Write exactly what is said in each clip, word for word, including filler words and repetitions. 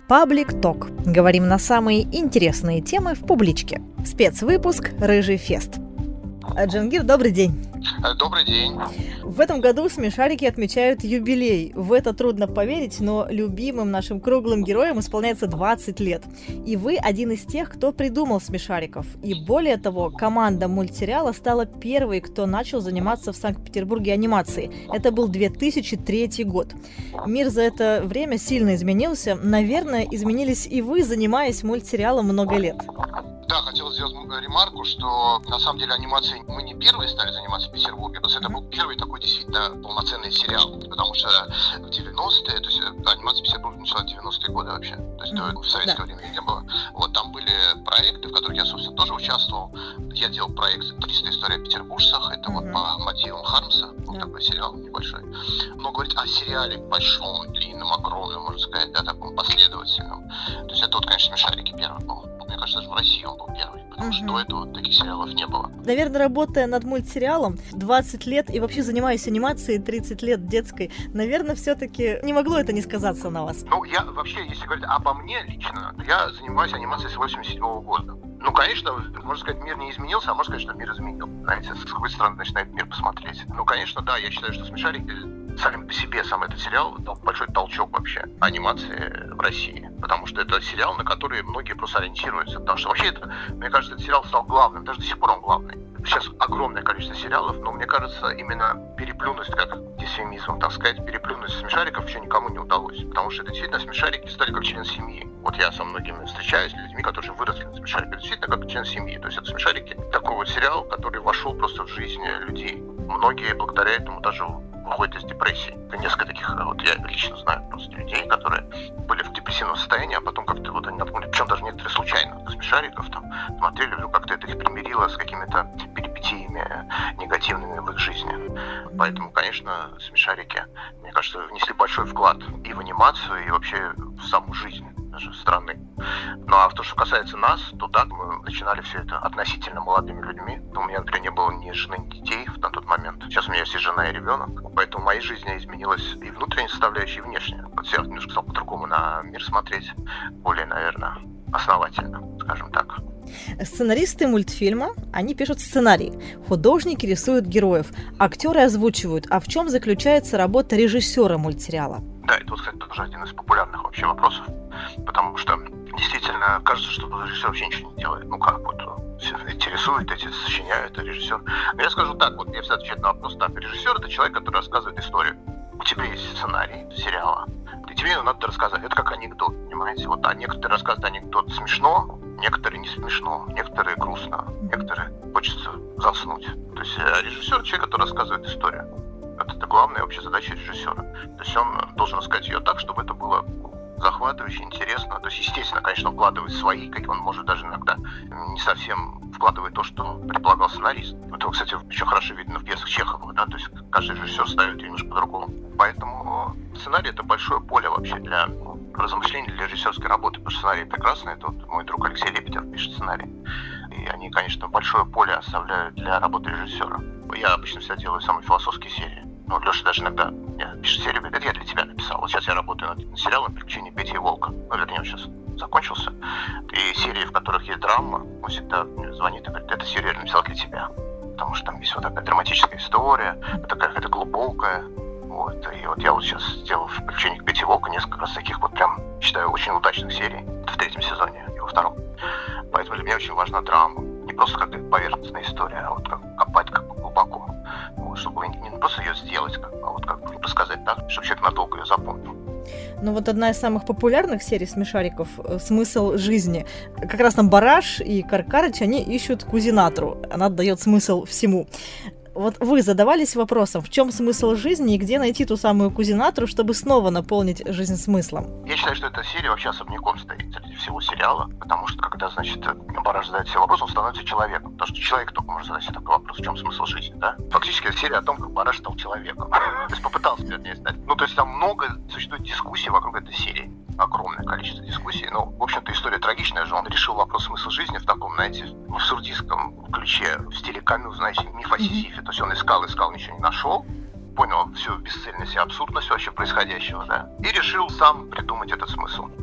Public Talk. Говорим на самые интересные темы в публичке. Спецвыпуск «Рыжий фест». Джангир, добрый день. Добрый день. В этом году смешарики отмечают юбилей. В это трудно поверить, но любимым нашим круглым героям исполняется двадцать лет. И вы один из тех, кто придумал смешариков. И более того, команда мультсериала стала первой, кто начал заниматься в Санкт-Петербурге анимацией. Это был две тысячи третий год. Мир за это время сильно изменился. Наверное, изменились и вы, занимаясь мультсериалом много лет. Да, хотел сделать ремарку, что на самом деле анимацией мы не первые стали заниматься в Петербурге, потому что это был первый такой действительно полноценный сериал, потому что в девяностые, то есть анимация в Петербурге начала в девяностые годы вообще, то есть mm-hmm. в советское да. время не было. Вот там были проекты, в которых я, собственно, тоже участвовал. Я делал проект «триста историй о петербуржцах», это mm-hmm. вот по мотивам Хармса, был yeah. такой сериал небольшой. Но говорить о сериале большом, длинном, огромном, можно сказать, да, таком последовательном, то есть это вот, конечно, «Смешарики» первый был. Мне кажется, даже в России он был первый, потому mm-hmm. что до этого таких сериалов не было. Наверное, работая над мультсериалом двадцать лет и вообще занимаясь анимацией тридцать лет детской, наверное, все-таки не могло это не сказаться на вас. Ну, я вообще, если говорить обо мне лично, я занимаюсь анимацией с восемьдесят седьмого года. Ну, конечно, можно сказать, мир не изменился, а можно сказать, что мир изменил. Знаете, с какой стороны начинает мир посмотреть. Ну, конечно, да, я считаю, что «Смешарики» сами по себе, сам этот сериал дал большой толчок вообще анимации в России. Потому что это сериал, на который многие просто ориентируются. Потому что вообще, это, мне кажется, этот сериал стал главным. Даже до сих пор он главный. Сейчас огромное количество сериалов, но мне кажется, именно переплюнуть, как дисфемизмом, так сказать, переплюнуть «Смешариков» еще никому не удалось. Потому что это действительно «Смешарики» стали как член семьи. Вот я со многими встречаюсь, с людьми, которые выросли на «Смешариках». Это действительно как член семьи. То есть это «Смешарики» такой вот сериал, который вошел просто в жизнь людей. Многие благодаря этому даже выходят из депрессии. Несколько таких, вот я лично знаю просто людей, которые были в депрессивном состоянии, а потом как-то вот они наткнулись, причем даже некоторые случайно, на «Смешариков там смотрели, вдруг как-то это их примирило с какими-то перипетиями негативными в их жизни. Поэтому, конечно, «Смешарики», мне кажется, внесли большой вклад и в анимацию, и вообще в саму жизнь даже страны. Ну а в то, что касается нас, то да, мы начинали все это относительно молодыми людьми. У меня, например, не было ни жены, ни детей на тот момент. Сейчас у меня есть и жена, и ребенок. Поэтому в моей жизни изменилась и внутренняя составляющая, и внешняя. Вот я немножко стал по-другому на мир смотреть. Более, наверное, основательно, скажем так. Сценаристы мультфильма, они пишут сценарий. Художники рисуют героев. Актеры озвучивают. А в чем заключается работа режиссера мультсериала? Да, это, кстати, тоже один из популярных вообще вопросов. Потому что действительно кажется, что режиссер вообще ничего не делает. Ну как, вот все эти рисуют, эти сочиняют, а режиссер. Но я скажу так, вот я всегда отвечаю на вопрос так. Режиссер — это человек, который рассказывает историю. У тебя есть сценарий сериала, и тебе его надо рассказать. Это как анекдот, понимаете? Вот, а некоторые рассказывают анекдот смешно, некоторые не смешно, некоторые грустно, некоторые хочется заснуть. То есть режиссер — человек, который рассказывает историю. Это, это главная вообще задача режиссера. То есть он должен рассказать ее так, чтобы это было захватывающе, интересно. То есть, естественно, конечно, вкладывает свои, как он может даже иногда не совсем вкладывает то, что предполагал сценарист. Это, кстати, еще хорошо видно в пьесах Чехова, да, то есть каждый режиссер ставит ее немножко по-другому. Поэтому сценарий — это большое поле вообще для размышлений, для режиссерской работы, потому что сценарий прекрасный. Это вот мой друг Алексей Лебедев пишет сценарий. И они, конечно, большое поле оставляют для работы режиссера. Я обычно всегда делаю самые философские серии. Ну, Леша даже иногда пишет серию, говорит, это я для тебя написал. Вот сейчас я работаю над сериалом «Приключения Пети и Волка». Ну, вернее, он сейчас закончился. И серии, в которых есть драма, он всегда звонит и говорит, эта серия я написал для тебя. Потому что там есть вот такая драматическая история, такая какая-то глубокая. Вот. И вот я вот сейчас сделал в «Приключениях Пети и Волка» несколько раз таких вот прям, считаю, очень удачных серий. Это в третьем сезоне и во втором. Поэтому для меня очень важна драма. Не просто какая-то поверхностная история, а вот как копать как глубоко. Вот, чтобы не, не просто ее сделать, как, а вот как бы рассказать так, чтобы человек надолго ее запомнил. Ну вот одна из самых популярных серий «Смешариков» «Смысл жизни». Как раз там Бараш и Каркарыч, они ищут кузинатру. Она дает смысл всему. Вот вы задавались вопросом, в чем смысл жизни и где найти ту самую кузинатру, чтобы снова наполнить жизнь смыслом? Я считаю, что эта серия вообще особняком стоит среди всего сериала, потому что когда, значит, Бараш задает себе вопрос, он становится человеком. Потому что человек только может задать себе такой вопрос, в чем смысл жизни, да? Фактически это серия о том, как Бараш стал человеком. То есть попытался, вернее, стать. Ну, то есть там много существует дискуссий вокруг этой серии. Огромное количество дискуссий. Ну, в общем-то, история трагичная же. Он решил вопрос смысла жизни в таком, знаете, в абсурдистском ключе, в стиле Камю, знаете, миф о Сизифе. То есть он искал, искал, ничего не нашел, понял всю бесцельность и абсурдность вообще происходящего, да, и решил сам придумать этот смысл. То есть вот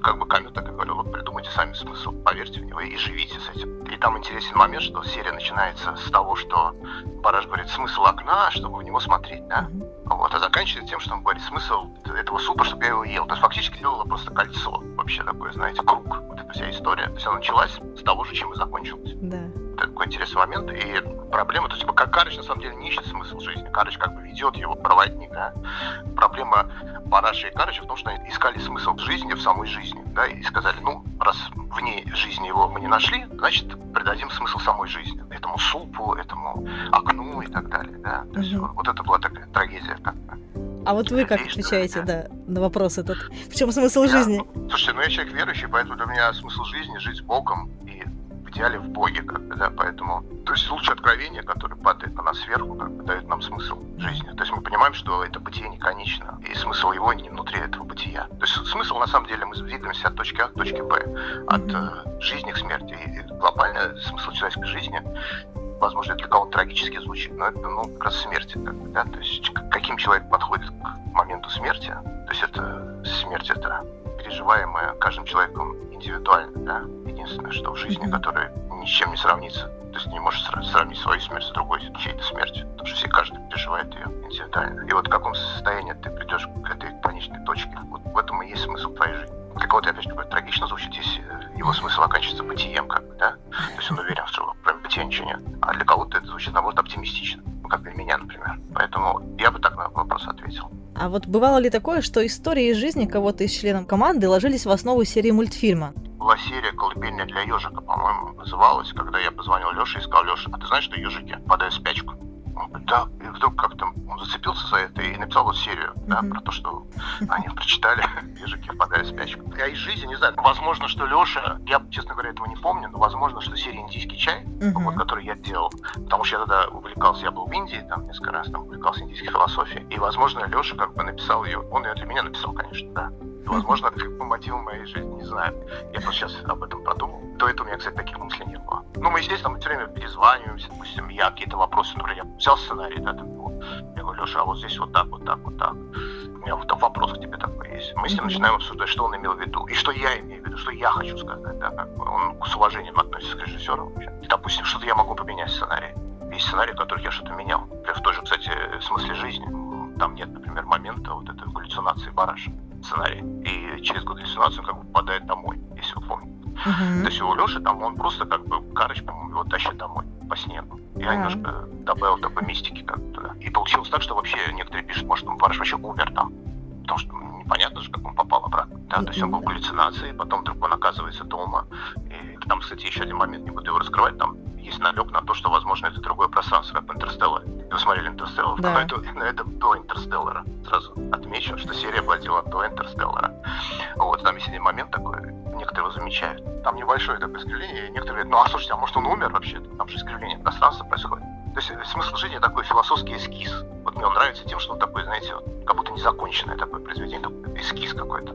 как бы Камю так и говорил, вот придумайте сами смысл, поверьте в него и живите с этим. И там интересен момент, что серия начинается с того, что Бараш говорит смысл окна, чтобы в него смотреть, да? Вот, а заканчивается тем, что он говорит смысл этого супа, чтобы я его ел. То есть фактически делала просто кольцо, вообще такое, знаете, круг. Вот эта вся история. То есть она началась с того же, чем и закончилась. Да. Это такой интересный момент. И проблема, то есть, как Карыч на самом деле не ищет смысл жизни. Карыч как бы ведет его проводник, да. Проблема Бараша и Карыча в том, что они искали смысл в жизни, в самой жизни, да, и сказали, ну, раз вне жизни его мы не нашли, значит, придадим смысл самой жизни. Этому супу, этому окну и так далее, да. То есть, Угу. вот, вот это была такая трагедия, как бы. А вот вы как отвечаете, да, на вопрос этот? В чем смысл жизни? Я, слушайте, ну я человек верующий, поэтому для меня смысл жизни — жить с Богом и в идеале в Боге, как бы, да, поэтому... То есть лучшее откровение, которое падает на нас сверху, как бы дает нам смысл жизни. То есть мы понимаем, что это бытие не конечно, и смысл его не внутри этого бытия. То есть смысл, на самом деле, мы двигаемся от точки А к точке Б, от mm-hmm. э, жизни к смерти. И глобальный смысл человеческой жизни, возможно, для кого-то трагически звучит, но это, ну, как раз смерть, как бы, да, то есть к каким человек подходит к моменту смерти, то есть это смерть, это переживаемое каждым человеком индивидуально, да, единственное, что в жизни, которое ни с чем не сравнится, то есть не можешь сравнить свою смерть с другой чьей-то смертью, потому что все, каждый переживает ее индивидуально. И вот в каком состоянии ты придешь к этой конечной точке, вот в этом и есть смысл твоей жизни. Для кого-то, опять же, будет трагично звучит, если его смысл оканчивается бытием, как бы, да, то есть он уверен, что кроме бытия ничего нет. А для кого-то это звучит, наоборот, оптимистично, ну, как для меня, например. Поэтому я бы так на вопрос ответил. А вот бывало ли такое, что истории из жизни кого-то из членов команды ложились в основу серии мультфильма? Была серия «Колыбельная для ежика», по-моему, называлась, когда я позвонил Лёше и сказал: Лёша, а ты знаешь, что ежики впадают в спячку? Он говорит: да. И вдруг как-то он зацепился за это и написал вот серию, mm-hmm. да, про то, что они прочитали «Ежики впадают в спячку». Я из жизни не знаю, возможно, что Лёша, я, честно говоря, этого не помню, но возможно, что серия «Индийский чай», mm-hmm. вот, который я делал, потому что я тогда увлекался, я был в Индии, там несколько раз там увлекался индийской философией, и, возможно, Лёша как бы написал ее, он ее для меня написал, конечно, да. Возможно, это по мотивам моей жизни, не знаю. Я просто сейчас об этом подумал. До этого у меня, кстати, таких мыслей не было. Ну, мы, естественно, все время перезваниваемся, допустим, я какие-то вопросы, например, я взял сценарий, да, там, вот, я говорю: Леша, а вот здесь вот так, вот так, вот так. У меня вот там вопрос к тебе такой есть. Мы с ним mm-hmm. начинаем обсуждать, что он имел в виду, и что я имею в виду, что я хочу сказать, да, как бы он с уважением относится к режиссеру вообще. И, допустим, что-то я могу поменять в сценарии. Есть сценарии, в которых я что-то менял. В той же, кстати, смысле жизни. Там нет, например, момента вот этой галлюцинации Бараша. Сценарий. И через галлюцинацию как бы попадает домой, если вы помните. Uh-huh. То есть у Лёши там он просто как бы Карыч, по-моему, его тащит домой по снегу. Я uh-huh. немножко добавил такой мистики как бы туда. И получилось так, что вообще некоторые пишут, может, он Барыш вообще умер там. Потому что непонятно же, как он попал обратно. Да? Uh-huh. То есть он был в галлюцинации, потом вдруг он оказывается дома. И там, кстати, еще один момент, не буду его раскрывать, там есть намек на то, что, возможно, это другое пространство, как «Интерстеллар». Вы смотрели «Интерстеллар», да. но, это, но это до «Интерстеллара». Сразу отмечу, что серия была делана до «Интерстеллара». Вот, там есть один момент такой, некоторые его замечают. Там небольшое такое искривление, и некоторые говорят: ну а слушайте, а может он умер вообще? Там же искривление пространства происходит. То есть смысл жизни такой философский эскиз. Вот мне он нравится тем, что он такой, знаете, вот, как будто незаконченное такое произведение, такой эскиз какой-то.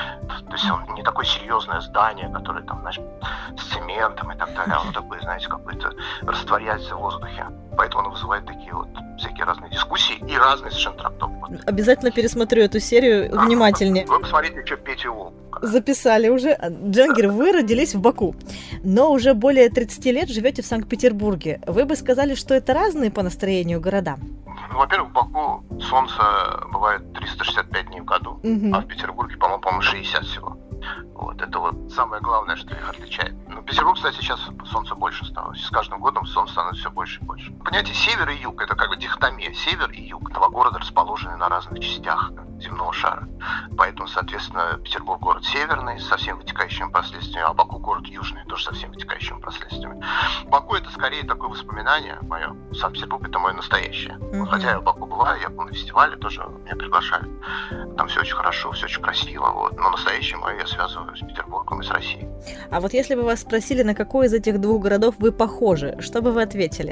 То есть он не такое серьезное здание, которое там, знаешь, с цементом и так далее, а он такой, знаете, какой-то растворяется в воздухе. Поэтому он вызывает такие вот всякие разные дискуссии и разные совершенно трактовки. Обязательно пересмотрю эту серию а, внимательнее. Вы посмотрите, что Петя Волк. Записали уже. Джангир, вы родились в Баку, но уже более тридцать лет живете в Санкт-Петербурге. Вы бы сказали, что это разные по настроению города? Ну, во-первых, в Баку солнце бывает триста шестьдесят пять дней в году, угу. а в Петербурге, по-моему, по-моему, шестьдесят всего. Вот, это вот самое главное, что их отличает. Ну, Петербург, кстати, сейчас солнца больше стало. С каждым годом солнце становится все больше и больше. Понятие север и юг — это как бы дихотомия. Север и юг. Два города расположены на разных частях земного шара. Поэтому, соответственно, Петербург город северный, со всеми вытекающими последствиями, а Баку город южный, тоже со всеми вытекающими последствиями. Баку — это скорее такое воспоминание мое. Санкт-Петербург — это мое настоящее. Mm-hmm. Хотя я в Баку бываю, я был на фестивале, тоже меня приглашали. Там все очень хорошо, все очень красиво. Вот. Но настоящее мое я связываю с Петербургом и с Россией. А вот если бы вас спросили, на какой из этих двух городов вы похожи, что бы вы ответили?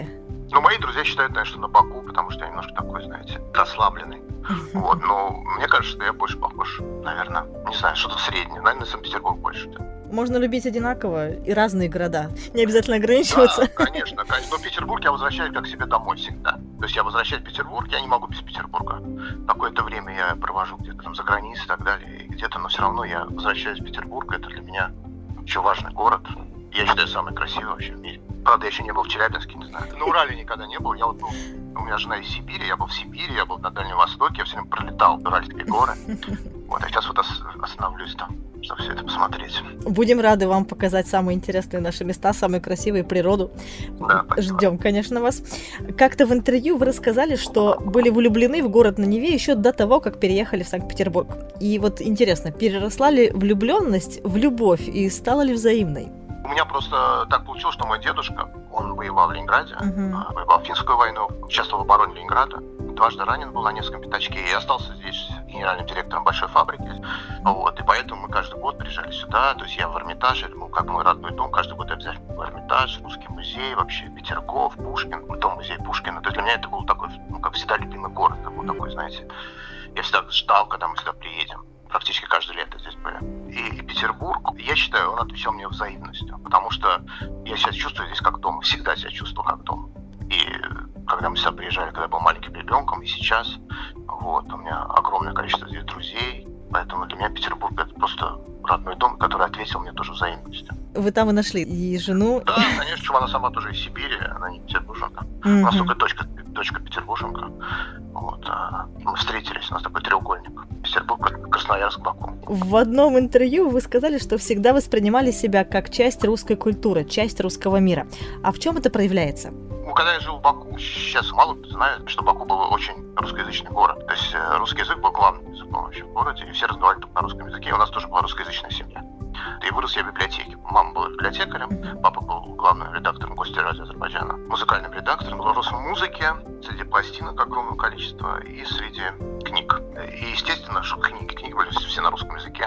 Ну, мои друзья считают, наверное, что на Баку, потому что я немножко такой, знаете, расслабленный. Вот, но мне кажется, что я больше похож, наверное, не знаю, что-то среднее. Наверное, на Санкт-Петербург больше. Да. Можно любить одинаково и разные города. Не обязательно ограничиваться. Да, конечно, конечно. Но Петербург я возвращаюсь как к себе домой всегда. То есть я возвращаюсь в Петербург, я не могу без Петербурга. Какое-то время я провожу где-то там за границей и так далее, и где-то, но все равно я возвращаюсь в Петербург. Это для меня очень важный город. Я считаю, самый красивый вообще в мире. Правда, я еще не был в Челябинске, не знаю. На Урале никогда не был. Я вот был, у меня жена из Сибири, я был в Сибири, я был на Дальнем Востоке, я все время пролетал Уральские горы. Вот, а сейчас вот остановлюсь там, чтобы все это посмотреть. Будем рады вам показать самые интересные наши места, самые красивые, природу. Да, ждем, конечно, вас. Как-то в интервью вы рассказали, что были влюблены в город на Неве еще до того, как переехали в Санкт-Петербург. И вот интересно, переросла ли влюбленность в любовь и стала ли взаимной? У меня просто так получилось, что мой дедушка, он воевал в Ленинграде, uh-huh. воевал в Финскую войну, участвовал в обороне Ленинграда, дважды ранен был на Невском пятачке и остался здесь генеральным директором большой фабрики. Вот, и поэтому мы каждый год приезжали сюда, то есть я в Эрмитаж, это был как мой родной дом, каждый год обязательно в Эрмитаж, Русский музей, вообще Петергоф, Пушкин, дом музей Пушкина. То есть для меня это был такой, ну, как всегда, любимый город, это был такой, знаете, я всегда ждал, когда мы сюда приедем. Практически каждое лето здесь были. И, и Петербург, я считаю, он отвечал мне взаимностью, потому что я себя чувствую здесь как дома, всегда себя чувствовал как дома. И когда мы сюда приезжали, когда я был маленьким ребенком, и сейчас, вот, у меня огромное количество здесь друзей, поэтому для меня Петербург — это просто родной дом, который ответил мне тоже взаимностью. Вы там и нашли и жену? Да, конечно, чего она сама тоже из Сибири, она не петербурженка. Mm-hmm. У нас только дочка, дочка петербурженка. Вот, а мы встретились, у нас такой треугольник. Петербург, Красноярск, Баку. В одном интервью вы сказали, что всегда воспринимали себя как часть русской культуры, часть русского мира. А в чем это проявляется? Ну, когда я жил в Баку, сейчас мало кто знает, что Баку был очень русскоязычный город. То есть русский язык был главным языком вообще в городе, и все разговаривали только на русском языке. И у нас тоже была русскоязычная семья. И вырос я в библиотеке. Мама была библиотекарем, папа был главным редактором Гости радио Азербайджана, музыкальным редактором. Рос в музыке, среди пластинок огромное количество, и среди книг. И, естественно, что книги. Книги были все на русском языке.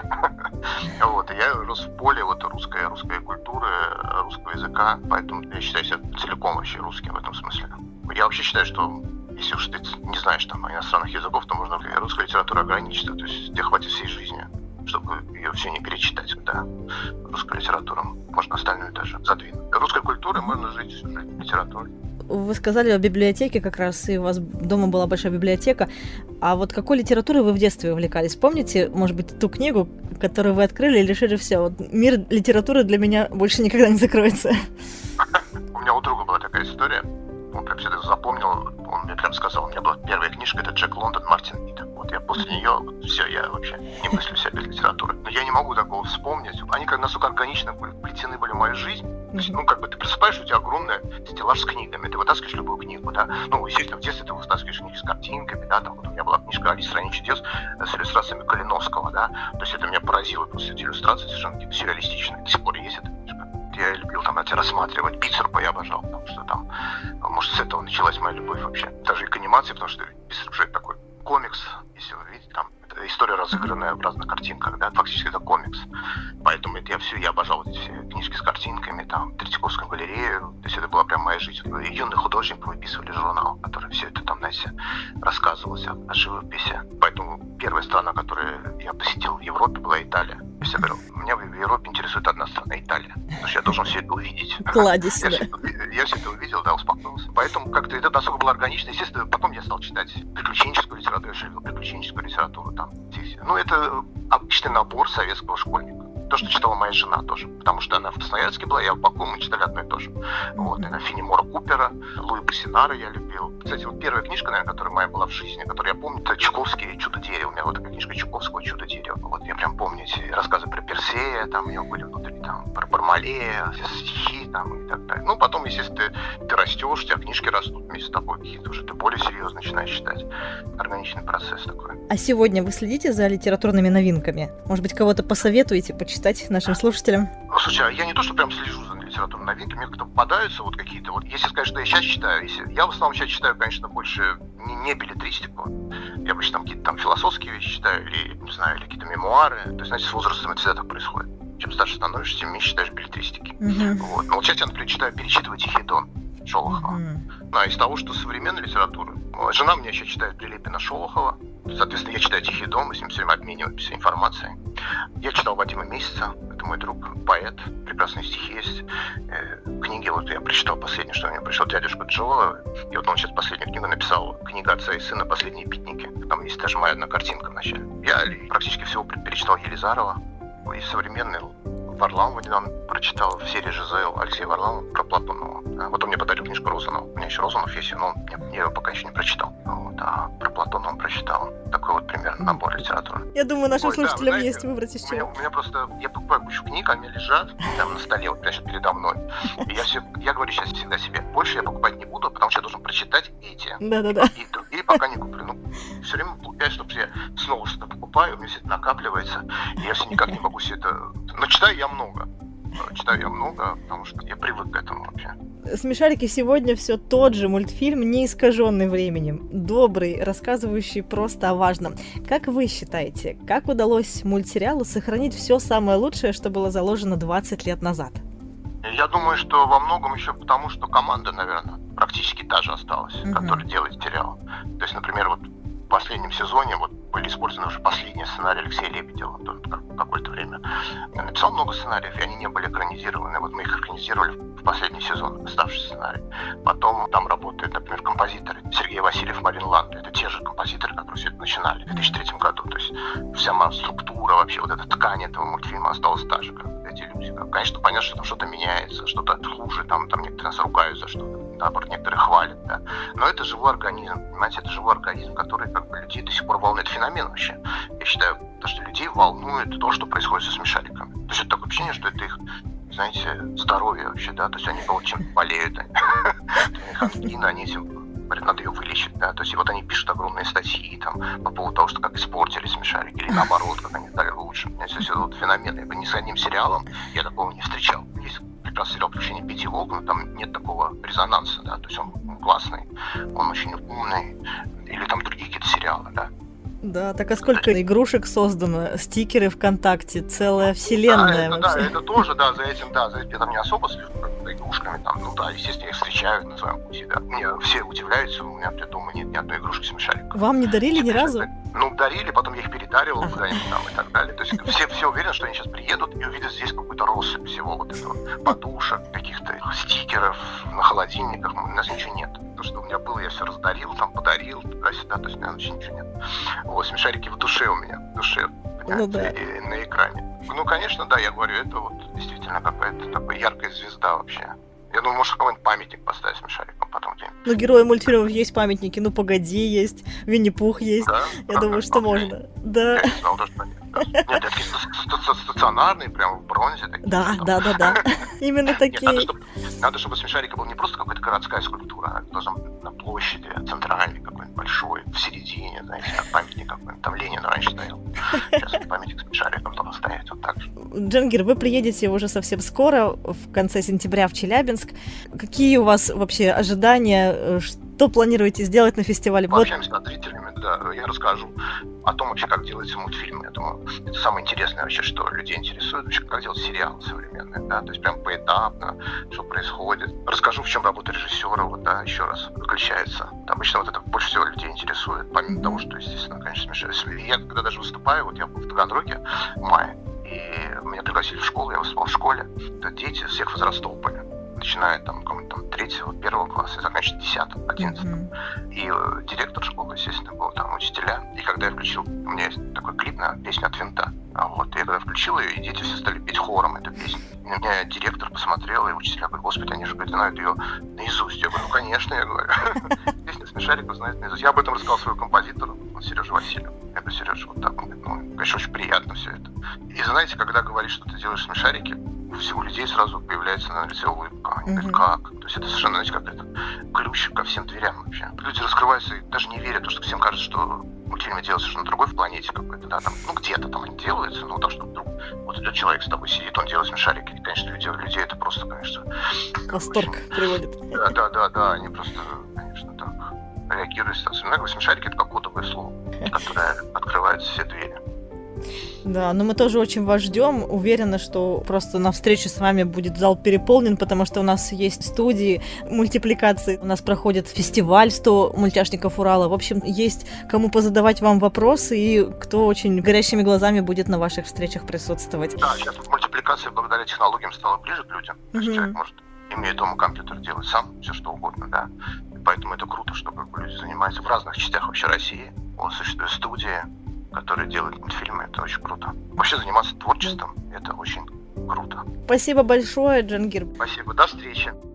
Вот, и я рос в поле вот русской, русской культуры, русского языка, поэтому я считаю себя целиком вообще русским в этом смысле. Я вообще считаю, что если уж ты не знаешь там иностранных языков, то можно русской литературой ограничиться, то есть тебе хватит всей жизни, чтобы ее все не перечитать, да, русскую литературу. Можно остальную даже задвинуть. Русской культурой можно жить всю жизнь литературой. Вы сказали о библиотеке как раз, и у вас дома была большая библиотека. А вот какой литературой вы в детстве увлекались? Помните, может быть, ту книгу, которую вы открыли и решили все, вот мир литературы для меня больше никогда не закроется? У меня у друга была такая история. Он прям все это запомнил, он мне прям сказал, у меня была первая книжка, это Джек Лондон, Мартин Мид. Вот я после нее, все, я вообще не мыслю себя без литературы. Но я не могу такого вспомнить. Они как настолько органично были, вплетены были в мою жизнь. То есть, ну, как бы ты просыпаешь, у тебя огромный стеллаж с книгами, ты вытаскиваешь любую книгу, да. Ну, естественно, в детстве ты вытаскиваешь книги с картинками, да, там вот у меня была книжка «Алиса в стране чудес» с иллюстрациями Калиновского, да. То есть это меня поразило, просто эти иллюстрации совершенно какие-то сюрреалистичные. До сих пор есть эта книжка. Я любил там, знаете, рассматривать. Бицерпа я обожал, потому что там, может, с этого началась моя любовь вообще. Даже и к анимации, потому что Бицерп уже такой комикс, если вы видите, там, это история, разыгранная в разных картинках, да, фактически это комикс. Поэтому это я все, я обожал эти все книжки с картинками, там, Третьяковскую галерею, то есть это была прям моя жизнь. И юный художник выписывали журнал, который все это там, знаете, рассказывалось о, о живописи. Поэтому первая страна, которую я посетил в Европе, была Италия. То есть я говорю, меня в Европе интересует одна страна, Италия. Потому что я должен все это увидеть. Кладезь, я, да. все это, я все это увидел, да, успокоился. Поэтому как-то это настолько было органично. Естественно, потом я стал читать приключенческую литературу, я любил приключенческую литературу. Там, ну, это обычный набор советского школьника. То, что читала моя жена тоже, потому что она в Красноярске была, я в Баку, мы читали одно и то же. Вот, и на Фенемора Купера, Луи Бассинара я любил. Кстати, вот первая книжка, наверное, которая моя была в жизни, которую я помню, это Чуковский «Чудо-дерево». У меня вот такая книжка Чуковского «Чудо-дерево». Вот, я прям помню эти рассказы про Персея, там у него были внутри, там, про Бармалея, стихи, там, и так далее. Ну, потом, естественно, ты, ты растешь, у тебя книжки растут вместе с тобой, какие-то уже ты более серьезно начинаешь читать. Органичный процесс такой. А сегодня вы следите за литературными новинками? Может быть, кого-то посоветуете почитать нашим слушателям? Слушай, а я не то, что прям слежу за литературными новинками, мне как-то попадаются вот какие-то, вот, если сказать, что я сейчас читаю, если, я в основном сейчас читаю, конечно, больше не, не беллетристику, я обычно там какие-то там философские вещи читаю, или, не знаю, или какие-то мемуары, то есть, знаете, с возрастом это всегда так происходит. Чем старше становишься, тем меньше читаешь беллетристики. Uh-huh. Вот. Но вот сейчас я, например, читаю, перечитываю «Тихий Дон». Шолохова. Mm-hmm. Ну, а из того, что современной литературы, жена мне еще читает Прилепина, Шолохова. Соответственно, я читаю «Тихий дом», мы с ним все время обмениваемся информацией. Я читал Вадима Месяца, это мой друг, поэт, прекрасные стихи есть. Э, книги, вот я прочитал последнее, что у меня пришел дядюшка Джо, и вот он сейчас последнюю книгу написал, книга отца и сына «Последние битники». Там есть даже моя одна картинка в начале. Я практически всего перечитал Елизарова, и современный Варламова недавно прочитал в серии ЖЗЛ Алексея Варламова про Платонова. Вот он мне подарил книжку Розанова. У меня еще Розанов есть, но я, я ее пока еще не прочитал. Вот, а про Платонова он прочитал. Такой вот примерно набор литературы. Я думаю, нашим Ой, слушателям да, знаете, есть выбрать из у меня, чего. у меня просто... Я покупаю кучу книг, они лежат там на столе, вот прямо передо мной. И я, все, я говорю сейчас всегда себе, больше я покупать не буду, потому что я должен прочитать эти. Да-да-да. И другие пока не куплю. Ну, все время получается, что я снова что-то покупаю, у меня все это накапливается, и я все никак не могу все это... Но читаю я много. Читаю я много, потому что я привык к этому вообще. «Смешарики» сегодня все тот же мультфильм, не искаженный временем, добрый, рассказывающий просто о важном. Как вы считаете, как удалось мультсериалу сохранить все самое лучшее, что было заложено двадцать лет назад? Я думаю, что во многом еще потому, что команда, наверное, практически та же осталась, uh-huh. которая делает сериал. То есть, например, вот в последнем сезоне вот были использованы уже последние сценарии Алексея Лебедева, он какое-то время написал много сценариев, и они не были экранизированы. Вот мы их экранизировали в последний сезон, оставшийся сценарий. Потом там работают, например, композиторы Сергей Васильев, Марин Ланд. Это те же композиторы, которые все это начинали в две тысячи третьем году. То есть вся моя структура, вообще вот эта ткань этого мультфильма осталась та же, как эти люди. Конечно, понятно, что там что-то меняется, что-то хуже, там, там некоторые нас ругают за что-то, наоборот, некоторые хвалят, да. Но это живой организм, понимаете, это живой организм, который как бы людей до сих пор волнует. Феномен вообще. Я считаю, то, что людей волнует то, что происходит со смешариками. То есть это такое ощущение, что это их, знаете, здоровье вообще, да, то есть они кого-то чем-то болеют, у них ангина, они этим говорят, надо ее вылечить, да, то есть и вот они пишут огромные статьи там по поводу того, что как испортили смешарики, или наоборот, как они стали лучше. У меня все это вот феномен, я бы ни с одним сериалом я такого не встречал. Есть прекрасный сериал «Приключения Пети Волка», но там нет такого резонанса, да, то есть он классный, он очень умный, или там другие какие-то сериалы, да. Да, так а сколько игрушек создано, стикеры ВКонтакте, целая вселенная да, это, вообще. Да, это тоже, да, за этим, да, за этим я там не особо слежу, за игрушками, там, ну да, естественно, я их встречаю на своем пути, да. Мне все удивляются, у меня при дома нет ни одной игрушки смешариков. Вам не дарили ни разу? Ну, дарили, потом я их передаривал куда-нибудь там и так далее. То есть все, все уверены, что они сейчас приедут и увидят здесь какую-то россыпь всего вот этого, подушек, каких-то стикеров на холодильниках, у нас ничего нет. То, что у меня было, я все раздарил, там, подарил, туда-сюда, то есть у меня вообще ничего нет. Вот, смешарики в душе у меня, в душе, понимаете, ну, да. и, и на экране. Ну, конечно, да, я говорю, это вот действительно какая-то такая яркая звезда вообще. Я думаю, может, какой-нибудь памятник поставить смешарикам потом где-нибудь. Ну, герои мультфильмов есть памятники, ну, Погоди есть, Винни-Пух есть. Да? Я а, думаю, что можно. Да. Я не знал, то, что нет. Нет, такие стационарные, прям в бронзе. Такие, да, да, да, да. Именно такие. Нет, надо, чтобы, надо, чтобы смешарика был не просто какая-то городская скульптура, а должна быть на площади, центральной какой-нибудь большой, в середине, знаете, как памятник какой-нибудь. Там Ленин раньше стоял. Сейчас памятник смешарикам должен стоять вот так же. Дженгир, вы приедете уже совсем скоро, в конце сентября в Челябинск. Какие у вас вообще ожидания? Что планируете сделать на фестивале? Пообщаемся с зрителями, да, я расскажу о том вообще, как делается мультфильм. Я думаю, это самое интересное вообще, что людей интересует, вообще, как делать сериал современный, да, то есть прям поэтапно, что происходит. Расскажу, в чем работа режиссера, вот, да, еще раз заключается. Обычно вот это больше всего людей интересует, помимо того, что, естественно, конечно, смешно. Я когда даже выступаю, вот я был в Таганроге в мае, и меня пригласили в школу, я выступал в школе, это дети всех возрастов были. Начиная там, там третьего, первого класса, и заканчивая десятым, одиннадцатым. Mm-hmm. И э, директор школы, естественно, был там учителя. И когда я включил, у меня есть такой клип на песню от Винта. А вот, и я когда включил ее, и дети все стали петь хором эту песню. И на меня директор посмотрел, и учителя говорят, господи, они же, говорят, знают ее наизусть. Я говорю, ну, конечно, я говорю. Песня смешариков знает наизусть. Я об этом рассказал своему композитору, Сереже Васильеву. Я говорю, Сережа, вот так. Он говорит, ну, конечно, очень приятно все это. И знаете, когда говоришь, что ты делаешь смешарики, у всех людей сразу появляется на лице улыбка. Они говорят, как? То есть это совершенно, знаете, как это ключ ко всем дверям вообще. Люди раскрываются и даже не верят, потому что всем кажется, что мультфильмы делаются что на другой планете какой-то, да, там, ну где-то там они делаются, ну так что вдруг вот идет человек с тобой сидит, он делает смешарики, и, конечно, люди, людей это просто, конечно... Восторг очень... приводит. Да, да, да, да, они просто, конечно, так реагируют. Смешарики — это как кодовое слово, которое открывает все двери. Да, но мы тоже очень вас ждем. Уверена, что просто на встрече с вами будет зал переполнен, потому что у нас есть студии мультипликации, у нас проходит фестиваль сто мультяшников Урала. В общем, есть кому позадавать вам вопросы и кто очень горящими глазами будет на ваших встречах присутствовать. Да, сейчас мультипликация благодаря технологиям стала ближе к людям. То есть человек может, имея дома компьютер, делать сам все что угодно, да. И поэтому это круто, что как бы люди занимаются в разных частях вообще России. Вот существует студия, которые делают мультфильмы, это очень круто. Вообще заниматься творчеством, это очень круто. Спасибо большое, Джангир. Спасибо, до встречи.